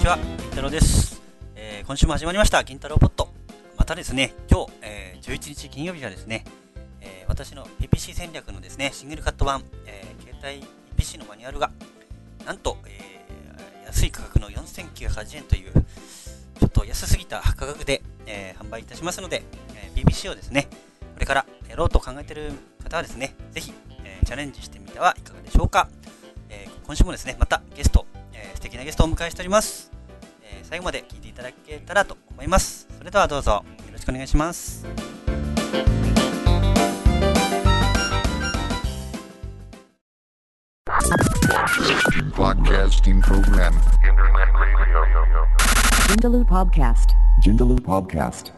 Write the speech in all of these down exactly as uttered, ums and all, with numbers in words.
ちは、金太郎です。えー、今週も始まりました金太郎ポッド。またですね、今日、えー、じゅういちにち金曜日はですね、えー、私の ピーピーシー 戦略のですね、シングルカット版、えー、携帯 ピーピーシー のマニュアルがなんと、えー、安い価格のよんせんきゅうひゃくはちじゅうえんというちょっと安すぎた価格で、えー、販売いたしますので、えー、ピーピーシー をですね、これからやろうと考えている方はですね、ぜひ、えー、チャレンジしてみてはいかがでしょうか。えー、今週もですね、またゲスト、えー、素敵なゲストをお迎えしております。えー、最後まで聞いていただけたらと思います。それではどうぞよろしくお願いします。 Broadcasting program. Jindaloo Podcast. Jindaloo Podcast.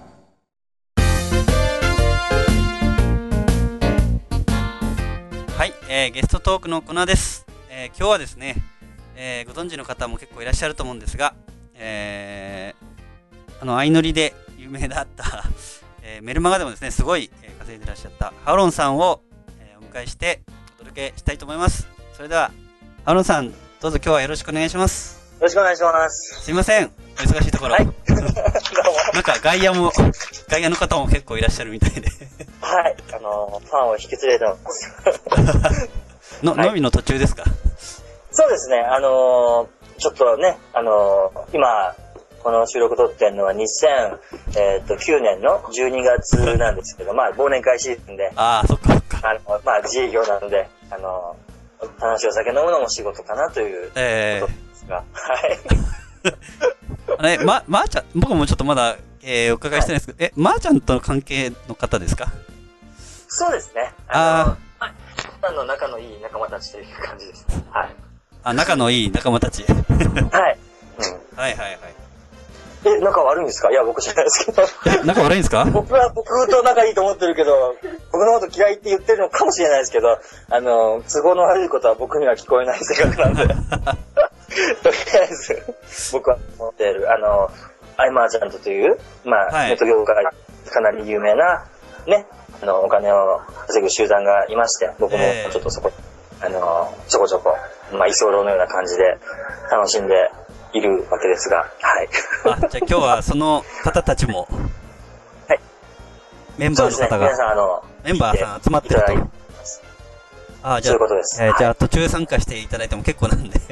はい、えー、ゲストトークのコーナーです。えー、今日はですね、えー、ご存知の方も結構いらっしゃると思うんですが、えー、あの相乗りで有名だった、えー、メルマガでもですねすごい、えー、稼いでいらっしゃったハオロンさんを、えー、お迎えしてお届けしたいと思います。それではハオロンさん、どうぞ今日はよろしくお願いします。 よろしくお願いします。 すいません、お忙しいところ、はい、なんか外野も外野の方も結構いらっしゃるみたいではい、あのファンを引き連れてますの、はい、飲みの途中ですか？ そうですね、あのー、ちょっとね、あのー、今この収録撮ってるのはにせんきゅうねんのじゅうにがつなんですけどまあ忘年会シーズンで、 ああ、そっかそっか、 あのまあ自営業なので、あのー、楽しいお酒飲むのも仕事かなということですが、えー、 はい。あれ、ま、まーちゃん、僕もちょっとまだ、えー、お伺いしてないですけど、はい、え、まーちゃんとの関係の方ですか？ そうですね。あのー、普段の仲のいい仲間たちという感じです。はい。 あ、仲のいい仲間たち。はい、 うん。はいはいはい。 え、仲悪いんですか？いや、僕知らないですけど。 え、仲悪いんですか？ 僕は僕と仲いいと思ってるけど、僕のこと嫌いって言ってるのかもしれないですけど、あの、都合の悪いことは僕には聞こえない性格なんで。とりあえず、僕は思っている、あの、アイマージャントという、まあ、はい、ネット業界かなり有名な、ね、あの、お金を稼ぐ集団がいまして、僕もちょっとそこ、えー、あの、ちょこちょこ、まあ、居候のような感じで楽しんでいるわけですが、はい。 あ、じゃあ今日はその方たちも、 はい。 メンバーの方が、 ね、皆さん、あの、 メンバーさん集まってると。あ、じゃあ、 そういうことです。 えー、じゃあ途中参加していただいても結構なんで、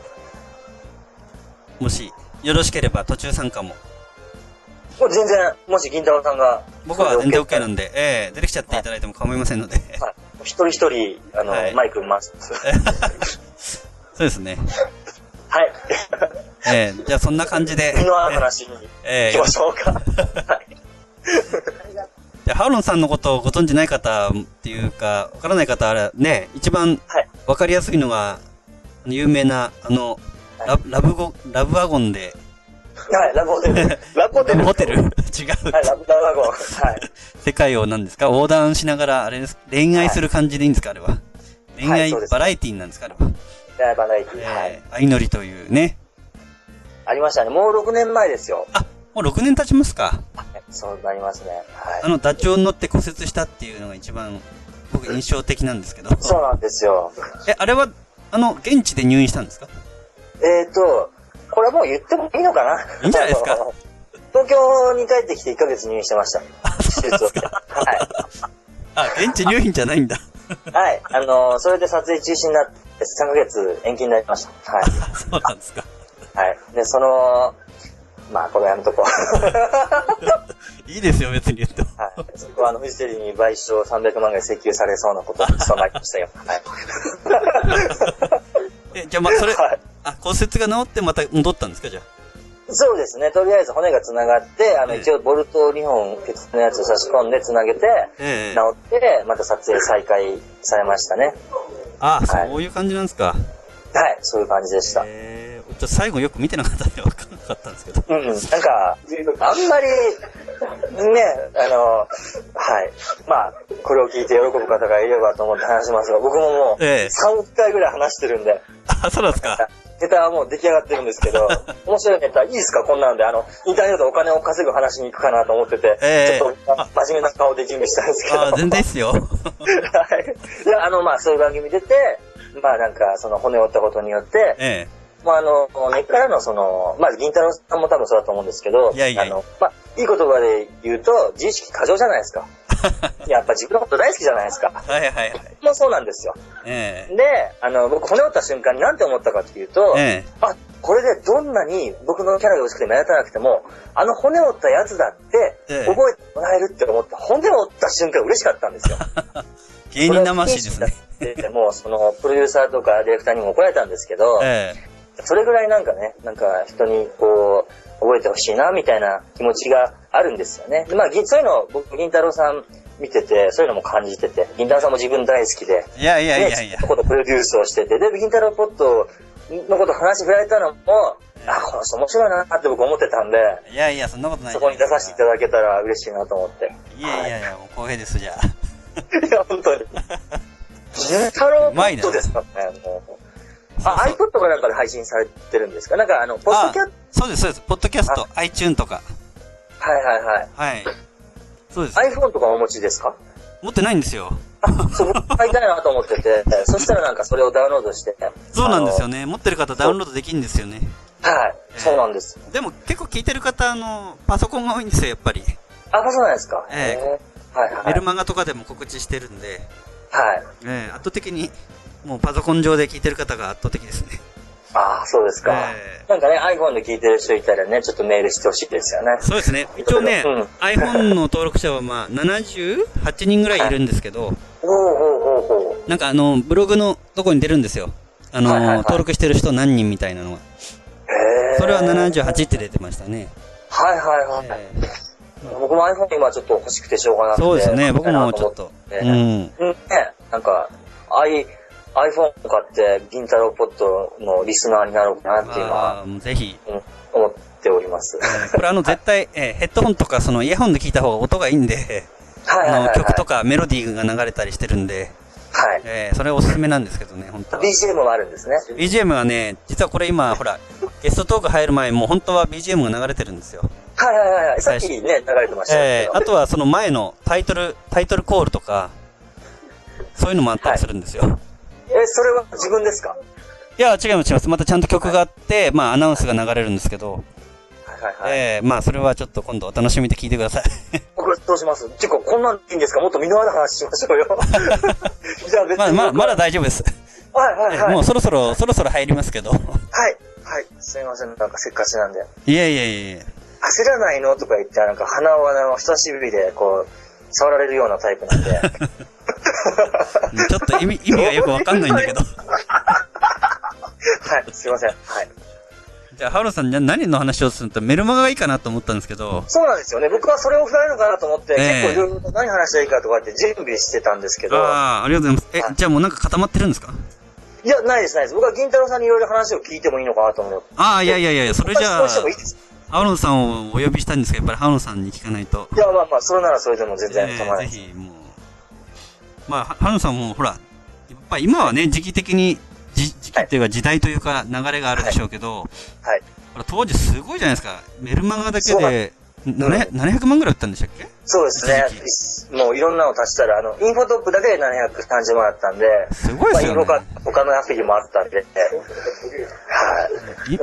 もしよろしければ途中参加も。 もう全然、もし銀太郎さんが。 僕は全然 OK なんで、えー、出てきちゃっていただいても構いませんので。 はい。一人一人、あの、はい、マイク回す。 そうですね。 はい。 えー、じゃあそんな感じで。 次の話に行きましょうか。はい。 じゃあハオロンさんのことをご存じない方っていうか、わからない方はね、一番わかりやすいのが、有名な、あの、はい、ラ, ラブゴ、ラブワゴンで、 はい、ラブホテル。ラブホテル。 ラブホテル違う。はい、 ラブワゴン。はい。 世界を何ですか横断しながら、あれです、恋愛する感じでいいんですか、あれは。恋愛バラエティーなんですか、あれは。 恋愛バラエティー。 はい。相乗りというね。 ありましたね。もうろくねんまえですよ。 あ、もうろくねん経ちますか。 そうなりますね。はい。 あの、ダチョウに乗って骨折したっていうのが一番、僕印象的なんですけど。 そうなんですよ。 え、あれは、あの、現地で入院したんですか？ えーと、これはもう言ってもいいのかな？ いいんじゃないですか？ 東京に帰ってきていっかげつ入院してました。手術を。はい。 あ、現地入院じゃないんだ。 はい。あのー、それで撮影中止になってさんかげつ延期になりました。はい。 そうなんですか。 はい。で、その、まあ、これやめとこう。いいですよ、別に言っても。 はい。そこは、あの、フジテレビに賠償さんびゃくまんぐらい請求されそうなことにそうなりましたよ。はい。 え、じゃあ、まあ、それ、はい、あ、骨折が治ってまた戻ったんですか、じゃあ。 そうですね。とりあえず骨が繋がって、あの、一応ボルトにほん鉄のやつを差し込んで繋げて、ええ、治って、また撮影再開されましたね。 ああ、はい、そういう感じなんですか。 はい、そういう感じでした。 えー、ちょっと最後よく見てなかったんで分かんなかったんですけど。 うん、なんか、あんまり、ね、あの、はい。まあ、これを聞いて喜ぶ方がいればと思って話しますが、僕ももう、さんかいぐらい話してるんで。 あ、そうなんですか。 ネタはもう出来上がってるんですけど、面白いネタいいですかこんなんで、あの、インターネットでお金を稼ぐ話に行くかなと思ってて、えー、ちょっと真面目な顔で準備したんですけど。 あ、全然いいっすよ。はい。 いや、あの、まあ、そういう番組出て、まあなんか、その骨を折ったことによって、ええ、 まあ、あの、根っからのその、まあ、銀太郎さんも多分そうだと思うんですけど、 いやいやあの、まあ、いい言葉で言うと、自意識過剰じゃないですか。やっぱ自分のこと大好きじゃないですか。 はいはいはい。 もうそうなんですよ。 ええで、あの、僕骨折った瞬間に何て思ったかっていうと、 ええあ、これでどんなに僕のキャラが薄くて目立たなくても、あの骨折ったやつだってええ覚えてもらえるって思って、骨折った瞬間嬉しかったんですよ。 芸人魂ですね。 でもうそのプロデューサーとかディレクターにも怒られたんですけど、 えそれぐらいなんかね、なんか人にこう、覚えてほしいな、みたいな気持ちがあるんですよね。でまあ、ぎそういうのを僕、銀太郎さん見てて、そういうのも感じてて、銀太郎さんも自分大好きで、 えいやいやいやいや。 ね、ことプロデュースをしてて、で、銀太郎ポットのこと話振られたのも、あ、この人面白いなって僕思ってたんで、 いやいや、そんなことないそこに出させていただけたら嬉しいなと思って。 いやいやいや、もう光栄です、じゃあ。 いや、本当に。銀太郎ポットですからね、もう。あ、iPod かなんかで配信されてるんですか？なんかあの、ポッドキャスト。 そうです、そうです。ポッドキャスト、iTune とか。 はいはいはい。 はい。そうです。 iPhone とかお持ちですか？ 持ってないんですよ。 あ、そう、僕買いたいなと思ってて、そしたらなんかそれをダウンロードして。 そうなんですよね。持ってる方ダウンロードできるんですよね。 はい、 えー、 そうなんです。 でも結構聞いてる方、あの、パソコンが多いんですよ、やっぱり。 あ、そうなんですか。 ええー、はいはい。 メルマガとかでも告知してるんで、 はい。 えー、圧倒的に、もうパソコン上で聞いてる方が圧倒的ですね。 ああ、そうですか。 えー、 なんかね、iPhone で聞いてる人いたらね、ちょっとメールしてほしいですよね。 そうですね。一応ね、うん、iPhone の登録者はまあ、ななじゅうはちにんぐらいいるんですけど、はい、 おーおーおーおーなんかあの、ブログのとこに出るんですよ。あの、はいはいはい、登録してる人何人みたいなのが。 へー。 それはななじゅうはちって出てましたね。 はいはいはい。えー、僕も iPhone 今ちょっと欲しくてしょうがなくて。 そうですね、僕もちょっと。 うん。ね、なんか、I、iPhone 買って銀太郎ポットのリスナーになろうかなっていうのは、 ぜひ、 うん、思っております。 えー、これあの絶対、えー、ヘッドホンとかそのイヤホンで聞いた方が音がいいんで、はいはいはいはい、あの曲とかメロディーが流れたりしてるんで、はい、えー、それはおすすめなんですけどね、本当は。 ビージーエム もあるんですね。 ビージーエム はね、実はこれ今、ほら、ゲストトーク入る前も本当は ビージーエム が流れてるんですよ。 はいはいはい。さっきね、流れてましたけど。 えー、あとはその前のタイトル、タイトルコールとか、そういうのもあったりするんですよ。はい、 え、それは自分ですか？ いや、違います違います。またちゃんと曲があって、はい、まあアナウンスが流れるんですけど、はいはいはい。えー、まあそれはちょっと今度お楽しみで聞いてください。 僕どうします？てか、こんなんいいんですか？もっと身のある話しましょうよ。 じゃあ別に。まあ、まあ、まだ大丈夫です。 はいはいはい。 もうそろそろ、そろそろ入りますけど。はい。 はい。すみません。なんかせっかちなんで。 いやいやいやいや。 焦らないのとか言って、なんか鼻をあの、人差し指でこう、触られるようなタイプなんで。 ちょっと意味、意味がよくわかんないんだけど。はい 、すいません。はい。 じゃあ、ハロさん、じゃあ何の話をするとメルマガがいいかなと思ったんですけど。 そうなんですよね。僕はそれを振られるのかなと思って、えー、結構いろいろ何話したらいいかとかって準備してたんですけど。 ああ、ありがとうございます。え、はい、じゃあもうなんか固まってるんですか？ いや、ないですないです。僕は銀太郎さんにいろいろ話を聞いてもいいのかなと思って。 ああ、いやいやいや、それじゃあ、ハロさんをお呼びしたんですけど、やっぱりハロさんに聞かないと。 いや、まあまあ、それならそれでも全然構わない、 えー。ぜひ、もう。まあ、ハロさんも、ほら、やっぱ今はね、時期的に、時期っていうか時代というか流れがあるでしょうけど、はい。はい、当時すごいじゃないですか。メルマガだけで、ななひゃくまんぐらい売ったんでしたっけ？そうですね。もういろんなの足したら、あの、インフォトップだけでななひゃくさんじゅうまんあったんで、 すごいですよね。 まあ、他のアプリもあったんで、はい。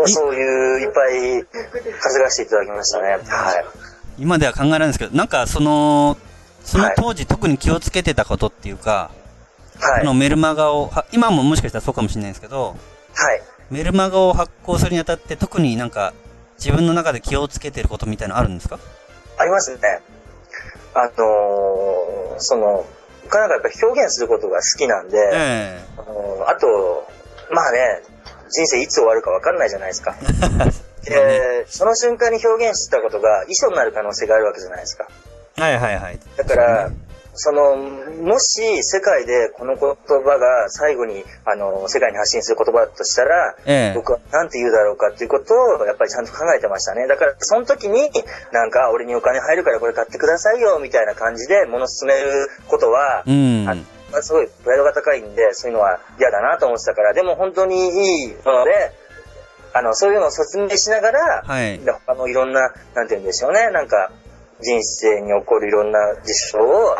そういういっぱい稼がしていただきましたね。はい。 今では考えられないんですけど、なんかその、その当時特に気をつけてたことっていうか、はい。そのメルマガを、今ももしかしたらそうかもしれないですけど、はい。メルマガを発行するにあたって特になんか自分の中で気をつけてることみたいなのあるんですか？ ありますね。あのー、その、僕はなんかやっぱり表現することが好きなんで、えー、あのー、あと、まあね、人生いつ終わるか分かんないじゃないですか。で、その瞬間に表現したことが遺書になる可能性があるわけじゃないですか。 はいはいはい。 だから、その、もし世界でこの言葉が最後に、あの、世界に発信する言葉だとしたら、ええ、僕はなんて言うだろうかっていうことを、やっぱりちゃんと考えてましたね。だから、その時に、なんか、俺にお金入るからこれ買ってくださいよ、みたいな感じで物進めることは、うん、あまあ、すごいプライドが高いんで、そういうのは嫌だなと思ってたから、でも本当にいいもので、あの、そういうのを説明しながら、はい、他のいろんな、なんて言うんでしょうね、なんか、人生に起こるいろんな事象を、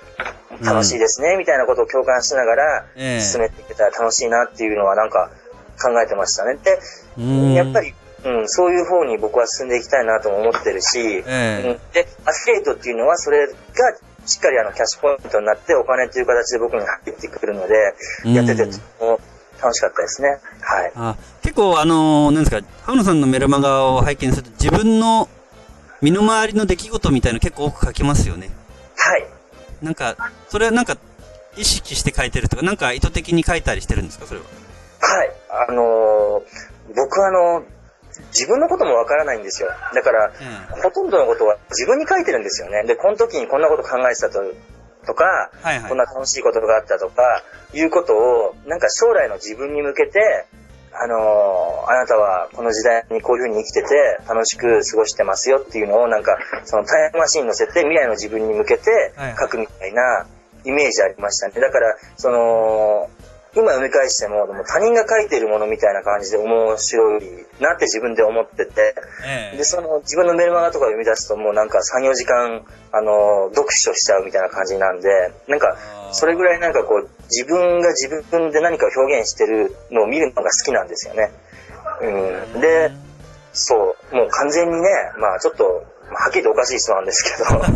楽しいですね、うん、みたいなことを共感しながら進めていけたら楽しいなっていうのはなんか考えてましたね。で、やっぱり、うん、そういう方に僕は進んでいきたいなとも思ってるし、 えーうん、で、アフィリエイトっていうのはそれがしっかりあのキャッシュポイントになってお金という形で僕に入ってくるので、やっててとても楽しかったですね。はい。 あ、結構あのー、なんですか、浜野さんのメルマガを拝見すると自分の身の回りの出来事みたいなの結構多く書きますよね。 はい。 なんか、それはなんか意識して書いてるとか、なんか意図的に書いたりしてるんですか、それは。 はい。あのー、僕はあのー、自分のこともわからないんですよ。だから、うん、ほとんどのことは自分に書いてるんですよね。で、この時にこんなこと考えてたと、とか、はいはい、こんな楽しいことがあったとか、いうことを、なんか将来の自分に向けて、あのー、あなたはこの時代にこういう風に生きてて楽しく過ごしてますよっていうのをなんか、そのタイムマシンに乗せて未来の自分に向けて書くみたいなイメージありましたね。だから、その、今読み返しても、でも他人が書いているものみたいな感じで面白いなって自分で思ってて、ええ、で、その自分のメルマガとか読み出すともうなんかさん、よじかん、あの、読書しちゃうみたいな感じなんで、なんか、それぐらいなんかこう、自分が自分で何かを表現してるのを見るのが好きなんですよね。うん。で、そう、もう完全にね、まあちょっと、まあ、はっきりとおかしい人なんですけど、はい、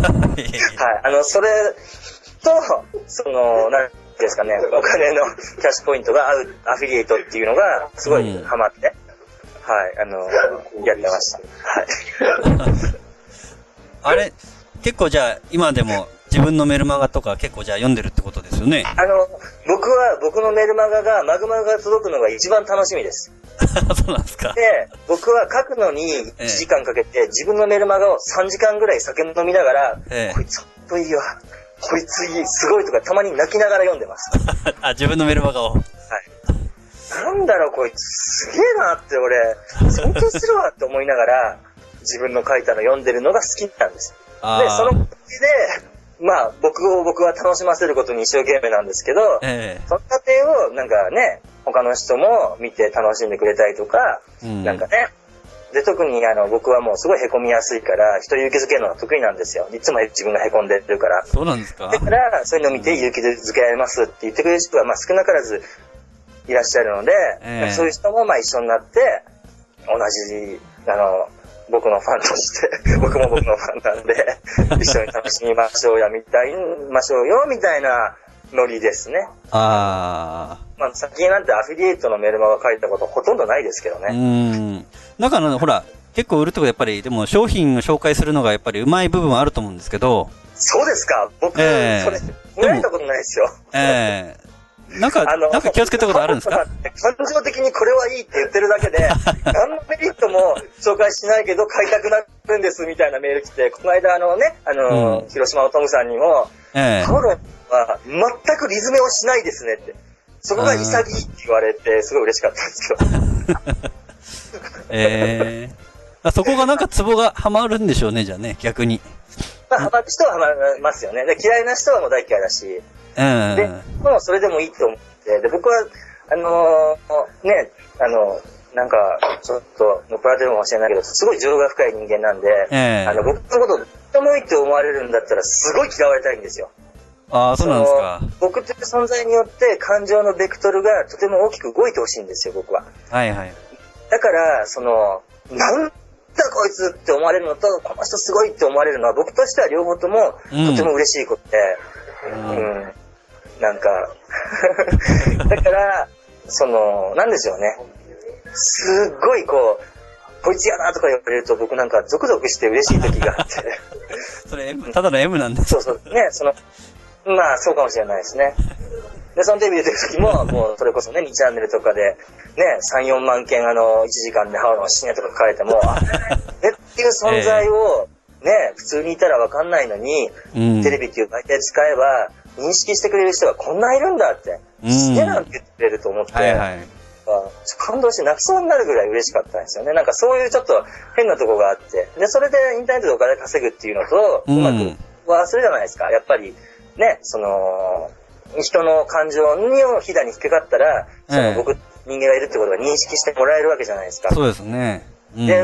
あの、それと、その、なんですかね、お金のキャッシュポイントが合うアフィリエイトっていうのがすごいハマって、うん、はい、あの、やってました。はい。 あれ、結構じゃあ今でも自分のメルマガとか結構じゃあ読んでるってことですよね。 あの、僕は僕のメルマガがマグマガが届くのが一番楽しみです。 そうなんですか。 で、僕は書くのにいちじかんかけて、ええ、自分のメルマガをさんじかんぐらい酒飲みながら、ええ、こいつほんといいわ。こいついい、すごいとかたまに泣きながら読んでます。 あ、自分のメルマガを。はい。 なんだろうこいつすげえなって俺、尊敬するわって思いながら自分の書いたの読んでるのが好きなんです。で、その感じで、まあ僕を僕は楽しませることに一生懸命なんですけど、ええ、その過程をなんかね、他の人も見て楽しんでくれたりとか、うん、なんかね、で、特にあの、僕はもうすごい凹みやすいから、人勇気づけるのが得意なんですよ。いつも自分が凹んでるから。 そうなんですか？ だから、そういうのを見て勇気づけられますって言ってくれる人は、まあ少なからずいらっしゃるので、えー、そういう人もまあ一緒になって、同じ、あの、僕のファンとして、僕も僕のファンなんで、一緒に楽しみましょうや、みたい、ましょうよ、みたいなノリですね。 ああ。 まあ、先になんてアフィリエイトのメルマガ書いたことほとんどないですけどね。 うん。だから、ほら、結構売るとこやっぱり、でも商品を紹介するのがやっぱりうまい部分はあると思うんですけど。 そうですか。僕、えー、それ、見られたことないですよ。 ええー。なんか、なんか気をつけたことあるんですか？ 感情的にこれはいいって言ってるだけで、何のメリットも紹介しないけど買いたくなるんですみたいなメール来て、この間あのね、あの、うん、広島のトムさんにも、えー、タオルは全くリズメをしないですねって。そこが潔いって言われて、すごい嬉しかったんですけど。 えー、そこがなんかツボがハマるんでしょうね、じゃあね、逆に。 まあ、ハマる人はハマりますよね。で嫌いな人はもう大嫌いだし。うん、で、もうそれでもいいと思って、で、僕は、あのー、ね、あの、なんか、ちょっと、乗っ払ってるかもしれないけど、すごい情が深い人間なんで、えー、あの、僕のこと、どうでもいいって思われるんだったら、すごい嫌われたいんですよ。 ああ、そうなんですか。 僕という存在によって、感情のベクトルがとても大きく動いてほしいんですよ、僕は。 はいはい。 だから、その、なんだこいつって思われるのと、この人すごいって思われるのは、僕としては両方とも、とても嬉しいことで、うん、うんなんか、だから、その、なんでしょうね。すっごいこう、こいつやなとか言われると僕なんかゾクゾクして嬉しい時があって。 それ M、ただの M なんです。 そうそう。ね、その、まあそうかもしれないですね。で、そのテレビ出てる時も、もうそれこそね、にチャンネルとかで、ね、さん、よんまんけんあの、いちじかんでハウの死ねとか書かれても、あ、ねっていう存在を、ね、普通にいたらわかんないのに、うん、テレビっていう媒体使えば、認識してくれる人がこんないるんだって、すげえなんて言ってくれると思って、はいはい、感動して泣きそうになるぐらい嬉しかったんですよね。なんかそういうちょっと変なとこがあって、で、それでインターネットでお金稼ぐっていうのと、うまくはするじゃないですか。やっぱり、ね、その、人の感情にひだに引っかかったら、その僕、人間がいるってことが認識してもらえるわけじゃないですか。 そうですね。うん、 で、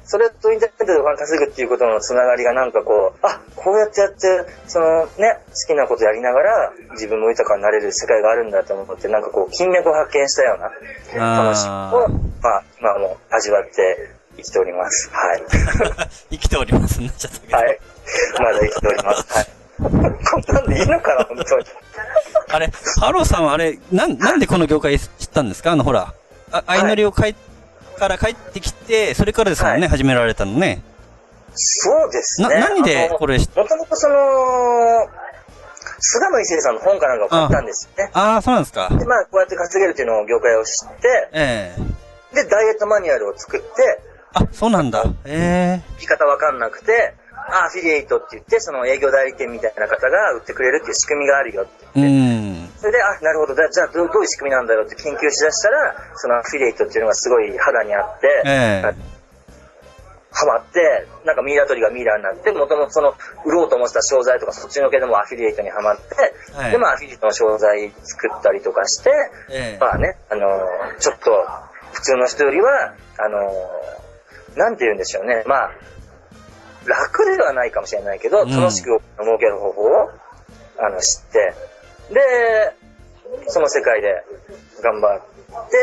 それとインターネットでお金稼ぐっていうことのつながりがなんかこう、あ、こうやってやって、そのね、好きなことやりながら自分も豊かになれる世界があるんだと思って、なんかこう、金脈を発見したような楽しみを、まあ、今も味わって生きております。はい。 生きておりますね、ちょっと。 はい。まだ生きております。はい。こんなんでいいのかな、本当に。 あれ、ハローさんはあれ、なん、なんでこの業界知ったんですか？あの、ほら、あ、相乗りを帰っ、から帰ってきて、それからですもんね、はい、始められたのね。 そうですね。 な、何でこれ、 もともとその、菅野一生さんの本かなんかを買ったんですよね。 ああ、そうなんですか。 で、まあ、こうやって稼げるっていうのを業界を知って、 ええー。 で、ダイエットマニュアルを作って、 あ、そうなんだ。ええー。 言い方わかんなくて、アフィリエイトって言って、その営業代理店みたいな方が売ってくれるっていう仕組みがあるよって言って。うん。それで、あ、なるほど。じゃあどう、どういう仕組みなんだろうって研究しだしたら、そのアフィリエイトっていうのがすごい肌にあって、えー、ハマって、なんかミイラ取りがミイラになって、もともとその、売ろうと思ってた商材とかそっちのけでもアフィリエイトにハマって、はい、で、まあアフィリエイトの商材作ったりとかして、えー、まあね、あのー、ちょっと、普通の人よりは、あのー、なんて言うんでしょうね。まあ、楽ではないかもしれないけど、楽しく儲ける方法を、あの、知って、で、その世界で頑張って、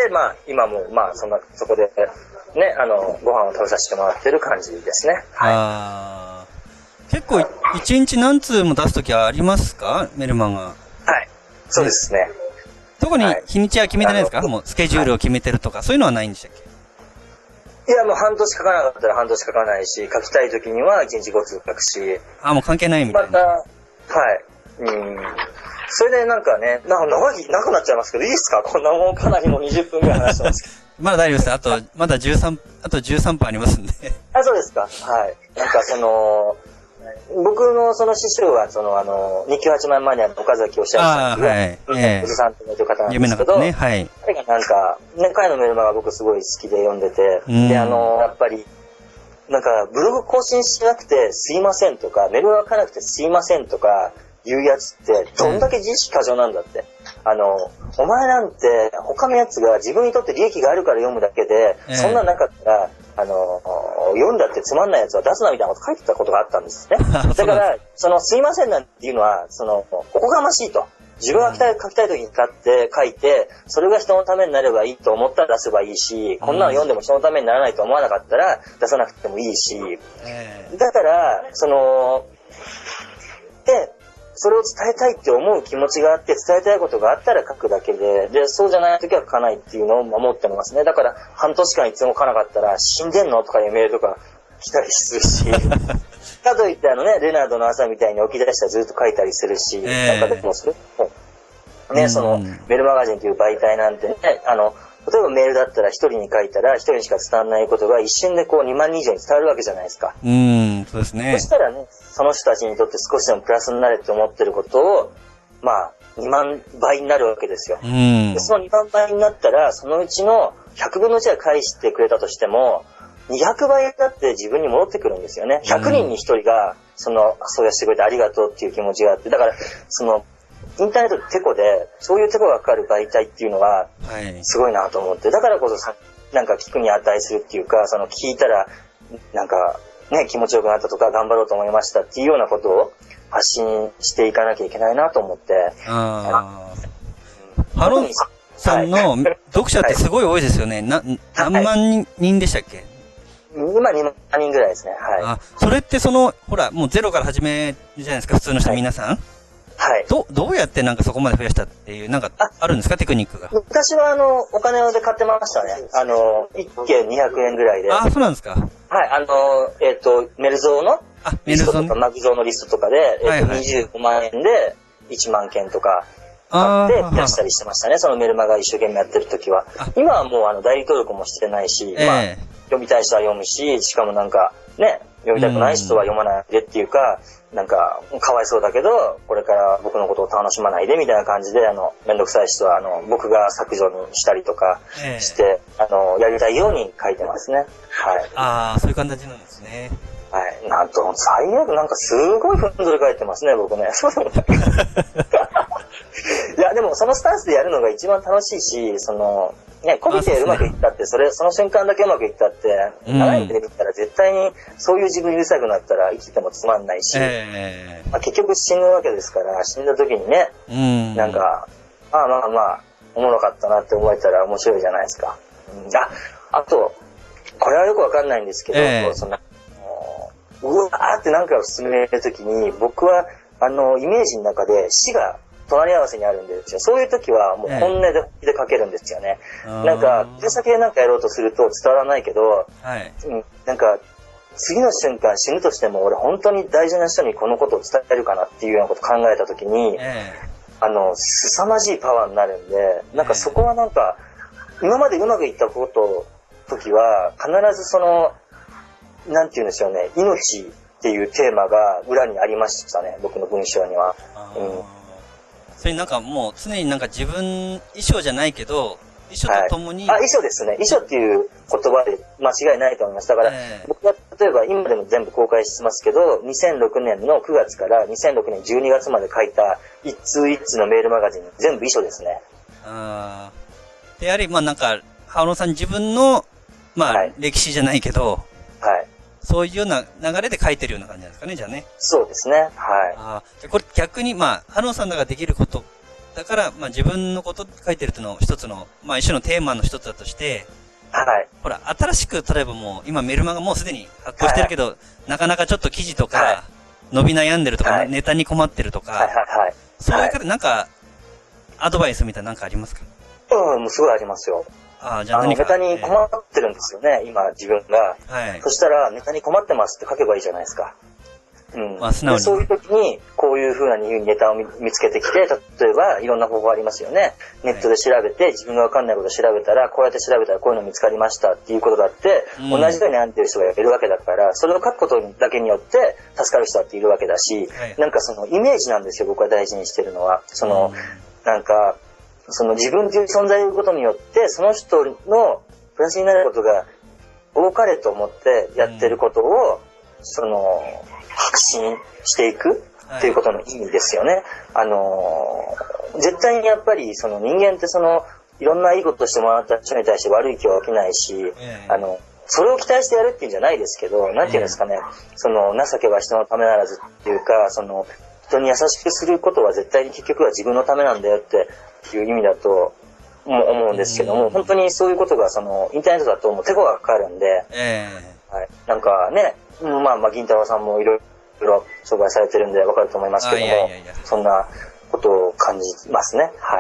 まあ、今も、まあ、そんな、そこで、ね、あの、ご飯を食べさせてもらってる感じですね。はい。 あ結構、一日何通も出すときはありますか？メルマガ。 はい。そうですね。 特に日にちは決めてないですか？はい、もうスケジュールを決めてるとか、はい、そういうのはないんでしたっけ？ いや、もう半年書かなかったら半年書かないし、書きたい時には一日ご通書くし。 あ、もう関係ないみたいな。 また、はい。うん。それでなんかね、なんか長い、長くなっちゃいますけど、いいですか？こんなもんかなりもうにじゅっぷんぐらい話してますけど。 まだ大丈夫です。あと、まだじゅうさん、あとじゅうさんぷんありますんで。 あ、そうですか。はい。なんかその、僕のその師匠は、そのあの、日給はちまんマニアの岡崎おっしゃるさんが、はい。ええ。おじさんという方なんですけど、 ね、はい。 彼がなんか、ね、彼のメルマガ僕すごい好きで読んでて、で、あの、やっぱり、なんか、ブログ更新しなくてすいませんとか、メルマガ書かなくてすいませんとか、言うやつって、どんだけ自意識過剰なんだって。あの、お前なんて、他のやつが自分にとって利益があるから読むだけで、えー、そんななかったら、あの、読んだってつまんないやつは出すなみたいなこと書いてたことがあったんですね。だから、その、すいませんなんていうのは、その、おこがましいと。自分が書きたい、書きたい時に買って書いて、それが人のためになればいいと思ったら出せばいいし、こんなの読んでも人のためにならないと思わなかったら出さなくてもいいし、えー、だから、その、で、それを伝えたいって思う気持ちがあって、伝えたいことがあったら書くだけで、で、そうじゃない時は書かないっていうのを守ってますね。だから、半年間いつも書かなかったら、死んでんのとかいうメールとか来たりするし、かといってあのね、レナードの朝みたいに起き出したらずっと書いたりするし、えー、なんかでもそれも、ね、その、メルマガジンという媒体なんてね、あの、例えばメールだったら一人に書いたら一人にしか伝わらないことが一瞬でこうにまんにん以上に伝わるわけじゃないですか。 うん、そうですね。 そしたらね、その人たちにとって少しでもプラスになれって思ってることを、まあ、にまんばいになるわけですよ。うん。で、そのにまんばいになったら、そのうちのひゃくぶんのいちは返してくれたとしても、にひゃくばいだって自分に戻ってくるんですよね。ひゃくにんにひとりが、その、そうやしてくれてありがとうっていう気持ちがあって、だから、その、インターネットってテコで、そういうテコがかかる媒体っていうのは、すごいなと思って、だからこそさ、なんか聞くに値するっていうか、その聞いたら、なんか、ね、気持ちよくなったとか、頑張ろうと思いましたっていうようなことを発信していかなきゃいけないなと思って。 ああ。ハロンさんの読者ってすごい多いですよね。な、何万人でしたっけ？ 今にまんにんぐらいですね。はい。 あ、それってその、ほら、もうゼロから始めるじゃないですか、普通の人皆さん。はいはい。ど、どうやってなんかそこまで増やしたっていう、なんか、あるんですかテクニックが。 昔はあの、お金で買ってましたね。あの、いっけんにひゃくえんぐらいで。 あ、そうなんですか。 はい、あの、えっと、メルゾーの、 あ、メルゾーのマグゾーのリストとかで、えっと、にじゅうごまんえんでいちまんけんとか買って増やしたりしてましたね。そのメルマガ一生懸命やってる時は。今はもうあの、代理登録もしてないし、えー、まあ、読みたい人は読むし、しかもなんか、ね、読みたくない人は読まないでっていうか、なんか、かわいそうだけど、これから僕のことを楽しまないでみたいな感じで、あの、めんどくさい人は、あの、僕が削除にしたりとかして、えー、あの、やりたいように書いてますね。はい。 ああ、そういう感じなんですね。 はい。なんと、最悪、なんかすごいふんぞり返ってますね、僕ね。そうでもない。いや、でもそのスタンスでやるのが一番楽しいし、その、 ね、こびてうまくいったって、それ、その瞬間だけうまくいったって、長い目で見たら絶対にそういう自分にうるさくなったら生きてもつまんないし、えーまあ、結局死ぬわけですから、死んだ時にね、うん、なんか、まあまあまあ、おもろかったなって思えたら面白いじゃないですか。うん、あ、あと、これはよくわかんないんですけど、えー、そのうわーって何回も進めるときに、僕は、あの、イメージの中で死が隣り合わせにあるんですよ。そういうときはもう本音で、えー、で書けるんですよね。なんか、手先でなんかやろうとすると伝わらないけど、はい、うん、なんか、次の瞬間死ぬとしても俺本当に大事な人にこのことを伝えるかなっていうようなことを考えたときに、えー、あの、凄まじいパワーになるんで、なんかそこはなんか、今までうまくいったこと、時は、必ずその、なんて言うんでしょうね、命っていうテーマが裏にありましたね、僕の文章には。うん、 それなんかもう常になんか自分、遺書じゃないけど、遺書とともに、 はい、あ、遺書ですね。遺書っていう言葉で間違いないと思います。だから、えー、僕は例えば今でも全部公開してますけど、にせんろくねんのくがつからにせんろくねんじゅうにがつまで書いた一通一通のメールマガジン、全部遺書ですね。 あー。で、やはりまあなんか、ハオノさん自分の、まあ、はい、歴史じゃないけど、はい。そういうような流れで書いてるような感じなんですかね、じゃあね。 そうですね、はい。 ああ、これ逆に、まあ、ハノさんらができること、だから、まあ自分のこと書いてるっていうのを一つの、まあ一種のテーマの一つだとして、はい。ほら、新しく、例えばもう、今メルマガもうすでに発行してるけど、はい、なかなかちょっと記事とか、はい、伸び悩んでるとか、はい、ネタに困ってるとか、はいはいはい。そういう方、なんか、アドバイスみたいななんかありますか？ うん、もうすごいありますよ。ああ、じゃあ何か。あの、ネタに困ってるんですよね、えー、今、自分が。はい。そしたら、ネタに困ってますって書けばいいじゃないですか。うん。まあ、素直に。で、そういう時に、こういう風なネタを見つけてきて、例えば、いろんな方法ありますよね。ネットで調べて、自分がわかんないことを調べたら、こうやって調べたらこういうの見つかりましたっていうことだって、うん、同じように悩んでる人がいるわけだから、それを書くことだけによって助かる人だっているわけだし、はい、なんかそのイメージなんですよ、僕は大事にしてるのは。その、うん、なんか、その自分という存在を言うことによって、その人のプラスになることが多かれと思ってやってることを、うん、その、発信していくっていうことの意味ですよね。はい、あの、絶対にやっぱりその人間ってその、いろんないいことしてもらった人に対して悪い気は起きないし、うん、あの、それを期待してやるっていうんじゃないですけど、なんていうんですかね、うん、その、情けは人のためならずっていうか、その、人に優しくすることは絶対に結局は自分のためなんだよっていう意味だと思うんですけども、うん、本当にそういうことがそのインターネットだともう手こがかかるんで、えーはい、なんかね、まあまあ銀太郎さんもいろいろ商売されてるんでわかると思いますけども、いやいやいやそんなことを感じますね。はい。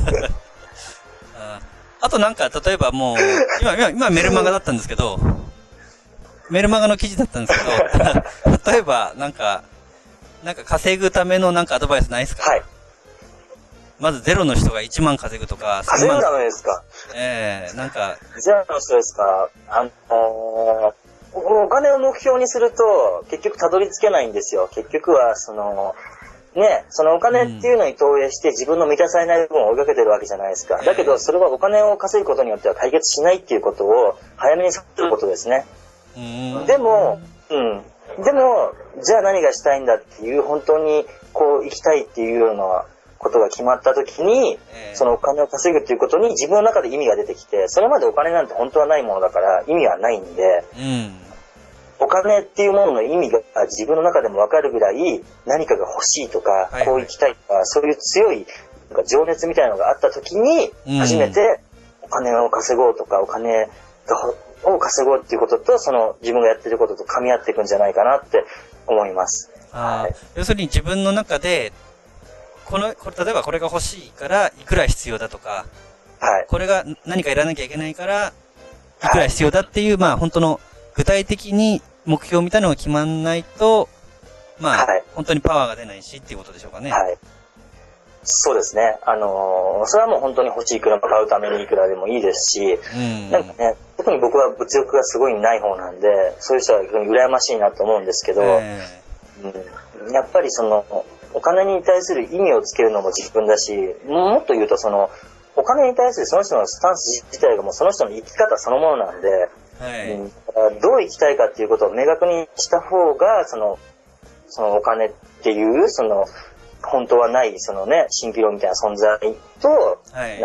あ, あとなんか例えばもう今今今メルマガだったんですけど、メルマガの記事だったんですけど、例えばなんかなんか稼ぐためのなんかアドバイスないですか？はい。まずゼロの人がいちまん稼ぐとか、 稼ぐためですか？ ええー、なんか。 ゼロの人ですか？あのー、お金を目標にすると結局たどり着けないんですよ。結局はその、ね、そのお金っていうのに投影して自分の満たされない部分を追いかけてるわけじゃないですか。だけどそれはお金を稼ぐことによっては解決しないっていうことを早めにすることですね。うん、でも、うん。でも、じゃあ何がしたいんだっていう、本当にこう生きたいっていうようなことが決まった時に、えー、そのお金を稼ぐっていうことに自分の中で意味が出てきて、それまでお金なんて本当はないものだから意味はないんで、うん、お金っていうものの意味が自分の中でも分かるぐらい何かが欲しいとか、はいはい、こう生きたいとか、そういう強いなんか情熱みたいなのがあった時に、初めてお金を稼ごうとか、お金がを稼ごうっていうことと、その自分がやってることと噛み合っていくんじゃないかなって思います。 あ、はい、要するに自分の中で、この、これ例えばこれが欲しいからいくら必要だとか、はい、これが何かやらなきゃいけないからいくら必要だっていう、はい、まあ本当の具体的に目標みたいなのが決まんないと、まあ、はい、本当にパワーが出ないしっていうことでしょうかね。はい。 そうですね。あのー、それはもう本当に欲しい車買うためにいくらでもいいですし、うん、なんかね、特に僕は物欲がすごいない方なんで、そういう人は非常に羨ましいなと思うんですけど、えーうん、やっぱりその、お金に対する意味をつけるのも自分だし、もっと言うとその、お金に対するその人のスタンス自体がもうその人の生き方そのものなんで、はいうん、どう生きたいかっていうことを明確にした方が、その、そのお金っていう、その、本当はない、そのね、蜃気楼みたいな存在と、はい、なんか、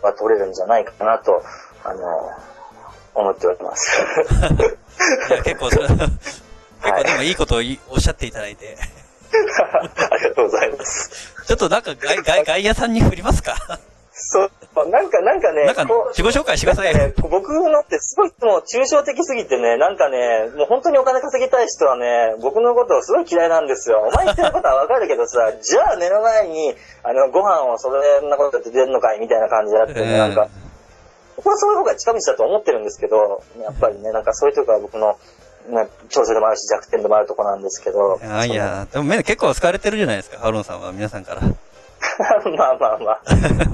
が取れるんじゃないかなと、あの、思っております。 いや、結構それ、結構でもいいことをおっしゃっていただいて。 ありがとうございます。 ちょっとなんか外、外、外野さんに振りますか？ そう、なんか、なんかね、 なんか自己紹介してくださいよ。 ね、僕のってすごいもう抽象的すぎてね、なんかね、もう本当にお金稼ぎたい人はね、僕のことをすごい嫌いなんですよ。お前言ってることはわかるけどさ、じゃあ目の前に、あの、ご飯をそんなことやって出るのかいみたいな感じであってね、えー、なんか、僕はそういう方が近道だと思ってるんですけど、やっぱりね、なんかそういうとこが僕の、ね、長所でもあるし弱点でもあるとこなんですけど。 いやいや、でも結構好かれてるじゃないですか、ハロンさんは皆さんから。 まあまあまあ。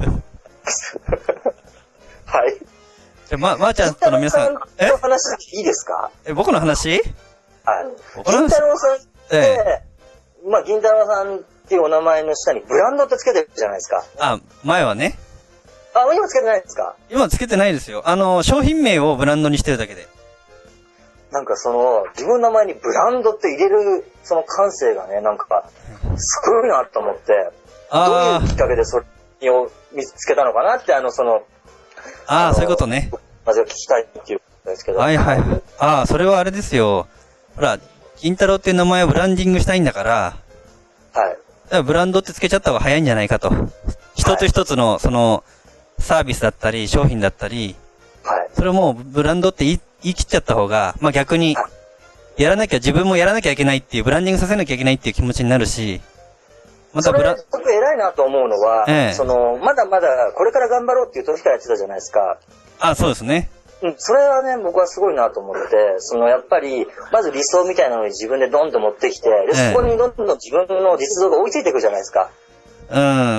はい。 じゃあ、ま、まー、あ、ちゃんとの皆さん。 えの話いいですか？ え、僕の話？ はい。銀太郎さんって、ええ、まあ、銀太郎さんっていうお名前の下にブランドってつけてるじゃないですか。 あ、前はね。 あ、今つけてないですか？ 今つけてないですよ。あの、商品名をブランドにしてるだけで。 なんかその、自分の名前にブランドって入れる、その感性がね、なんか、すごいなと思って、どういうきっかけでそれを見つけたのかなって、あの、その、 ああ、そういうことね。 まず聞きたいっていうことですけど。 はいはい。ああ、それはあれですよ。ほら、銀太郎っていう名前をブランディングしたいんだから、はい。 だからブランドってつけちゃった方が早いんじゃないかと。一つ一つの、その、サービスだったり、商品だったり、はい。それをもうブランドって言い、言い切っちゃった方が、まあ逆に、やらなきゃ、自分もやらなきゃいけないっていう、ブランディングさせなきゃいけないっていう気持ちになるし、 またブランド。それ、僕偉いなと思うのは、ええ、その、まだまだこれから頑張ろうっていう時からやってたじゃないですか。 あ、そうですね。 うん、それはね、僕はすごいなと思って、その、やっぱり、まず理想みたいなのに自分でドンと持ってきて、で、そこにどんどん自分の実像が追いついていくじゃないですか。 うん、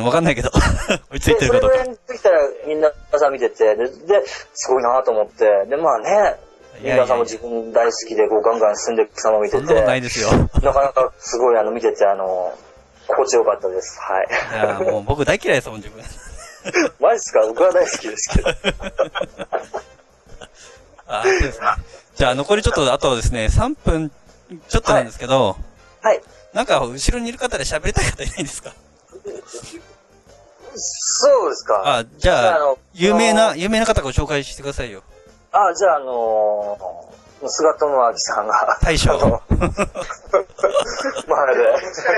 わかんないけど。追いついてることか。 で、それぐらいにできたらみんなさん見てて、で、で、すごいなと思って、で、まあね、みんなさんも自分大好きで、こう、ガンガン進んでいく様を見てて、そんなことないですよ。 なかなかすごい、あの、見てて、あの、心地よかったです。はい。いや、もう僕大嫌いですもん、自分。 マジですか？僕は大好きですけど。 あ、そうですね。じゃあ、残りちょっと、あとですね、さんぷんちょっとなんですけど、 はい。はい、 なんか、後ろにいる方で喋りたい方いないですか？ そうですか。 あ、じゃあ、あ有名な、有名な方ご紹介してくださいよ。 あ、じゃあ、あのー、菅智明さんが。 大将。 まあ、あれ。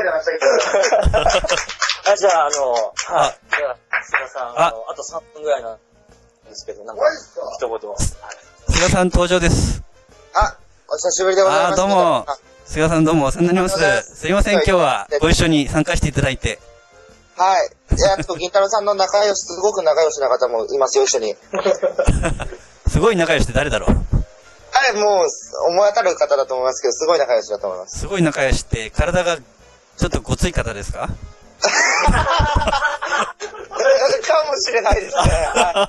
あ、じゃあ、あの、はい。じゃあ、菅さん、あの、あとさんぷんぐらいなんですけど、なんか、一言。 菅さん登場です。 あ、お久しぶりでございます。 あ、どうも。菅さんどうもお世話になります。すいません、今日はご一緒に参加していただいて。 はい。えっと、銀太郎さんの仲良し、すごく仲良しな方もいますよ、一緒に。 すごい仲良しって誰だろう？ あれ、もう、思い当たる方だと思いますけど、すごい仲良しだと思います。 すごい仲良しって、体がちょっとごつい方ですか？かもしれないですね。はい、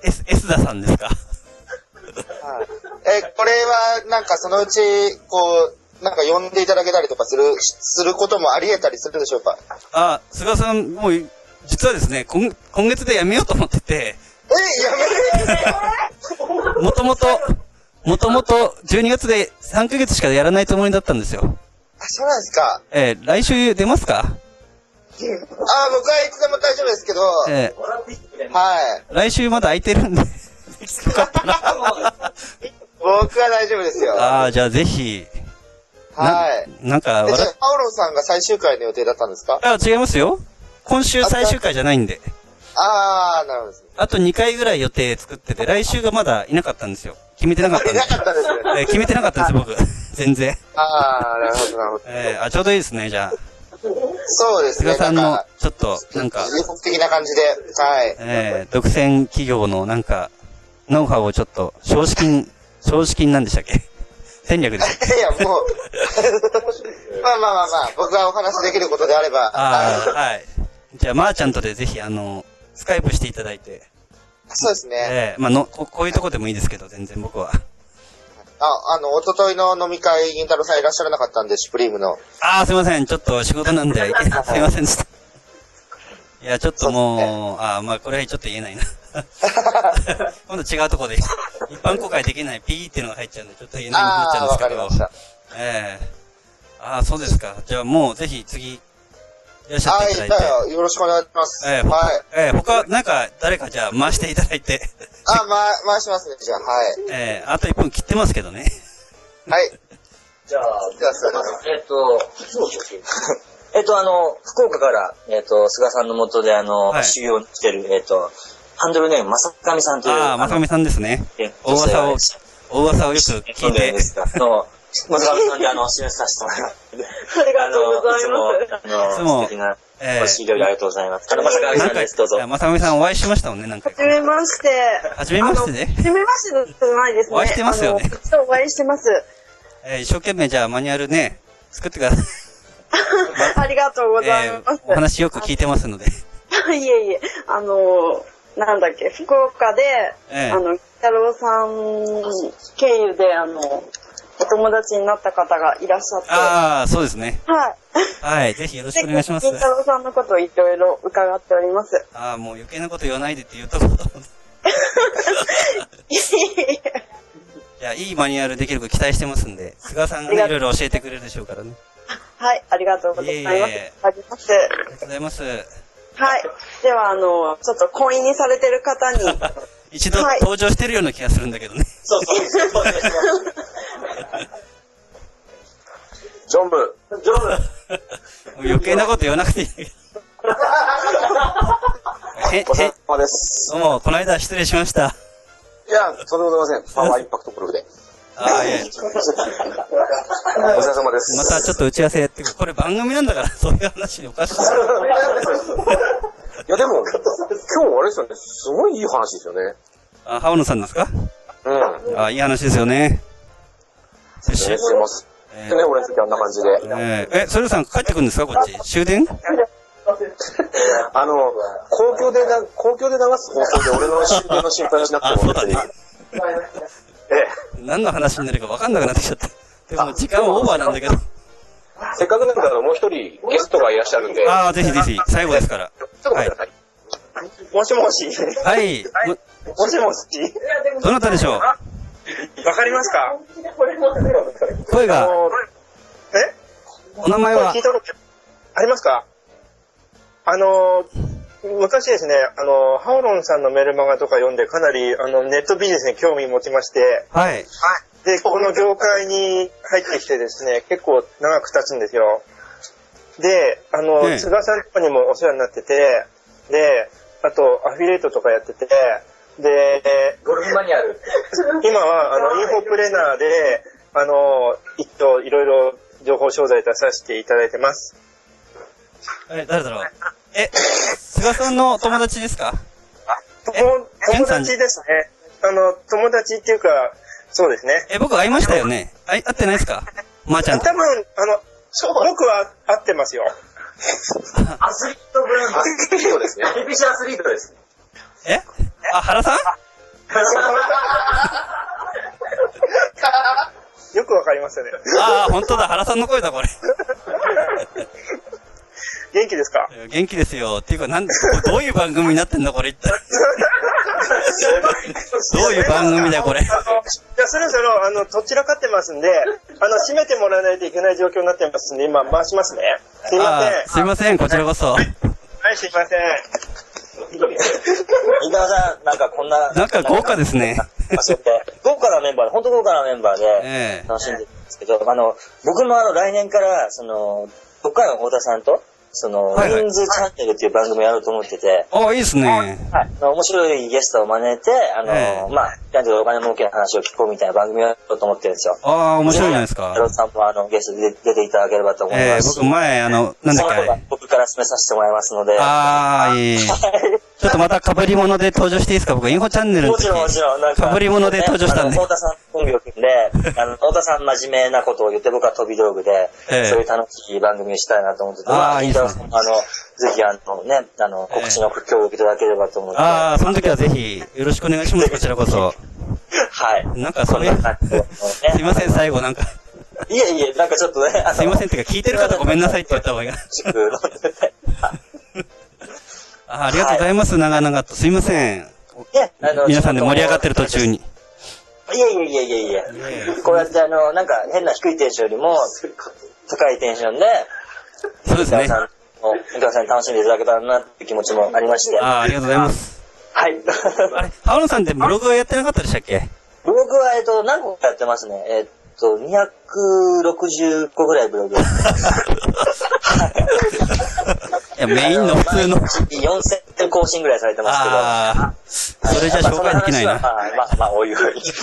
S、S 田さんですか？はい。 え、これは、なんかそのうち、こう、なんか呼んでいただけたりとかする、することもあり得たりするでしょうか？ あ、菅さん、もう、実はですね、今、今月で辞めようと思ってて。 え、やめるんですか？ もともと、もともとじゅうにがつでさんかげつしかやらないつもりだったんですよ。 あ、そうなんですか。 えー、来週出ますか？あ、 僕はいつでも大丈夫ですけど。えー、はい。 来週まだ空いてるんで。よかったな。 僕は大丈夫ですよ。 ああ、じゃあぜひ。 はい。 な、なんか、 じゃあ、パオロさんが最終回の予定だったんですか？ あ、違いますよ。今週最終回じゃないんで。 ああ、なるほどですね。 あとにかいぐらい予定作ってて、来週がまだいなかったんですよ。決めてなかったんです。 いなかったですね。 えー、決めてなかったんです、僕。全然。 ああ、なるほど、なるほど。 えー、あ、ちょうどいいですね、じゃあ。 そうですね。 菅さんの、ちょっと、なんか。 全国的な感じで、はい。 えー、独占企業のなんか、ノウハウをちょっと、少子金、少子金なんでしたっけ？戦略です。 いや、もう、まあまあまあまあ、僕がお話できることであれば。 ああ、はい。じゃあ、まーちゃんとでぜひ、あの、スカイプしていただいて。 そうですね。 ええー、まあのこ、こういうとこでもいいですけど、全然僕は。 あ、あの、一昨日の飲み会、銀太郎さんいらっしゃらなかったんで、シュプリームの。 ああ、すいません。ちょっと仕事なんで、すいませんでした。いや、ちょっともう、うね、ああ、まあ、これはちょっと言えないな。今度違うとこで、一般公開できない ピーっていうのが入っちゃうんで、ちょっと言えないになっちゃうんですけど。 ああ、わかりました。 ええー。ああ、そうですか。じゃあもうぜひ次、 いらっしゃっていただいて。 はい、よろしくお願いします。 えー、 はい。 えー、他、なんか、誰かじゃあ回していただいて。 あ、ま、回しますね、じゃあ、はい。 えー、あといっぷん切ってますけどね。 はい。 じゃあ、 じゃあ、すいません。 えっと、えっと、あの、福岡から、えっと、菅さんの下で、あの、はい、修行に来てる、えっと、ハンドルネーム、まさかみさんという。 ああ、まさかみさんですね。大噂を、大噂をよく聞いて。 の、まさかみさんで、あの、示させてもらいます。 ありがとうございます。 あの、いつも、素敵な、おし料理ありがとうございます。あの、まさかみさんです、どうぞ。 まさかみさんお会いしましたもんね、なんか。 はじめまして。 はじめましてね。 はじめましてじゃないですね。 お会いしてますよね。 そう、お会いしてます。 えー、一生懸命じゃあマニュアルね、作ってください。 ありがとうございます。 えー、お話よく聞いてますので。 いえいえ、あの、なんだっけ、福岡で、えー、あの、北郎さん経由で、あの、お友達になった方がいらっしゃって。 ああ、そうですね。 はい。 はい、ぜひよろしくお願いします。 北郎さんのことをいろいろ伺っております。 ああ、もう余計なこと言わないでって言うところ。いや、いいマニュアルできるか期待してますんで、菅さんがね、いろいろ教えてくれるでしょうからね。 はい、ありがとうございます。ありがとうございます。 はい。では、あの、ちょっと婚姻にされてる方に。 一度登場してるような気がするんだけどね。 そうそう。 ジョンブ。 ジョンブ。 余計なこと言わなくていい。へ、 お疲れ様です。 どうも、この間失礼しました。 いや、そんなことございません。パワーインパクトプルフで。 ああ、いや。お疲れ様です。 またちょっと打ち合わせやってこれ番組なんだから、そういう話おかしい。いや、でも、今日あれですよね、すごいいい話ですよね。 あ、ハオノさんですか？ うん。 あ、いい話ですよね。 よし。すいません。えー、ね、俺の時あんな感じで。 えー、え、ソルさん帰ってくるんですか、こっち？終電？ あの、公共でな、公共で流す放送で俺の終電の心配しなくても別に。 何の話になるか分かんなくなってきちゃった。でも時間オーバーなんだけど。 せっかくなんだからもう一人ゲストがいらっしゃるんで。 ああ、ぜひぜひ、最後ですから。はい。 もしもし。 はい。 も, もしもし。 どなたでしょう？ わかりますか？ 声が。 え？ お名前は？ 聞いたことありますか？あの、昔ですね、あの、ハオロンさんのメルマガとか読んでかなり、あの、ネットビジネスに興味持ちまして、 はい。 で、この業界に入ってきてですね、結構長く経つんですよ。で、あの、ね、菅さんとかにもお世話になってて、で、あと、アフィリエイトとかやってて、で、 ゴルフマニュアル。 今は、あの、インフォプレナーで、あの、一等いろいろ情報商材出させていただいてます。 え、誰だろう？え、菅さんの友達ですか？ 友達ですね。あの、友達っていうか、そうですね。 え、僕会いましたよね。会ってないですか？まーちゃんと。 多分、あの、僕は会ってますよ。 アスリートブランド。 アスリートですね。 ピーピーシーアスリートです。 え？あ、原さん？ よくわかりますよね。 ああ、本当だ、原さんの声だ、これ。 元気ですか？ 元気ですよ。っていうか、なんで、どういう番組になってんだ、これ、一体。どういう番組だよ、これ。いや、そろそろ、あの、どちらかってますんで、あの、閉めてもらわないといけない状況になってますんで、今、回しますね。すいません。 すいません、こちらこそ。はい、 すいません。 伊沢さん、なんかこんな。 なんか豪華ですね。 豪華なメンバーで、本当豪華なメンバーで、楽しんでるんですけど、えー、あの、僕もあの、来年から、その、北海道の太田さんと、その、はいはい、ウィンズチャンネルっていう番組やろうと思ってて。 ああ、いいですね。 はい。面白いゲストを招いて、あの、えー、まあ、ちゃんとお金儲けの話を聞こうみたいな番組をやろうと思ってるんですよ。 ああ、面白いじゃないですか。 太田さんもあの、ゲストで出ていただければと思いますし。 えー、僕前、あの、なんだっけ。 僕から進めさせてもらいますので。 ああ、いい。ちょっとまた被り物で登場していいですか？僕、インフォチャンネルの時。 もちろんもちろん。なんか。 被り物で登場したんで。 太田さんコンビを組んで、あの、太田さん真面目なことを言って、僕は飛び道具で、えー、そういう楽しい番組をしたいなと思ってて、 ああ、いいですね。あの、ぜひあのね、あの、告知の協力いただければと思って。 ああ、その時はぜひ、よろしくお願いします、こちらこそ。 はい。 なんかそれ、すいません、最後なんか。 いえいえ、なんかちょっとね、 すいません、てか聞いてる方ごめんなさいって言った方がいいかな。あ, ありがとうございます、はい、長々と。すいません。皆さんで盛り上がってる途中に。 いえいえいえいえいえ。こうやってあの、なんか変な低いテンションよりも、高いテンションで、 そうですね。 お客さんに楽しんでいただけたらなっていう気持ちもありまして。 ああ、ありがとうございます。 はい。 あれ、ハ野さんってブログはやってなかったでしたっけ？ ブログは、えっと、何個かやってますね。えっと、にひゃくろくじゅっこぐらいブログやってます。 いや、メインの普通の。 よんせん更新ぐらいされてますけど。 ああ、それじゃ紹介できないな。 まあ、まあ、まあ、おいおい。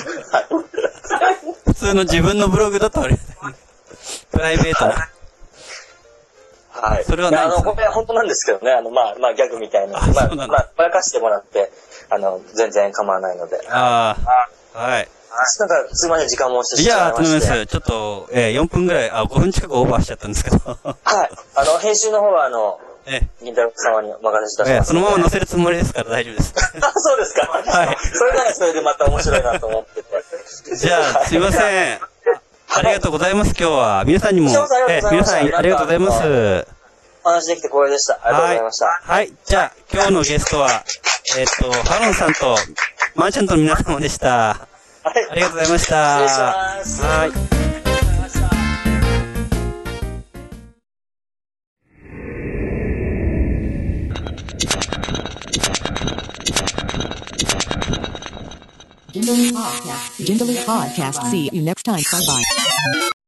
普通の自分のブログだとあれ、プライベートな。 はい。 それはないです、ね。 あの、これ本当なんですけどね、あの、まあ、まあ、ギャグみたいな。あまあ、まあ、ばらかしてもらって、あの、全然構わないので。 ああ、はい。 なんか、すいません、時間も押してしまいました。いや、とんでもないです。ちょっと、えー、よんぷんぐらい、あ、ごふん近くオーバーしちゃったんですけど。はい。 あの、編集の方は、あの、ええ、銀太郎様にお任せいたします、ね。 ええ、そのまま載せるつもりですから大丈夫です。 あ、そうですか。はい。それならそれでまた面白いなと思ってて。 じゃあ、すいません。ありがとうございます、今日は。皆さんにも、 ええ、 皆さんありがとうございます。 お話できて光栄でした。ありがとうございました。はい。 はい、じゃあ、今日のゲストは、えっと、ハロンさんと、マーチャントの皆様でした。はい。ありがとうございました。 失礼します。 はい。 Jindalee Podcast. Jindalee Podcast. See you next time. Bye bye.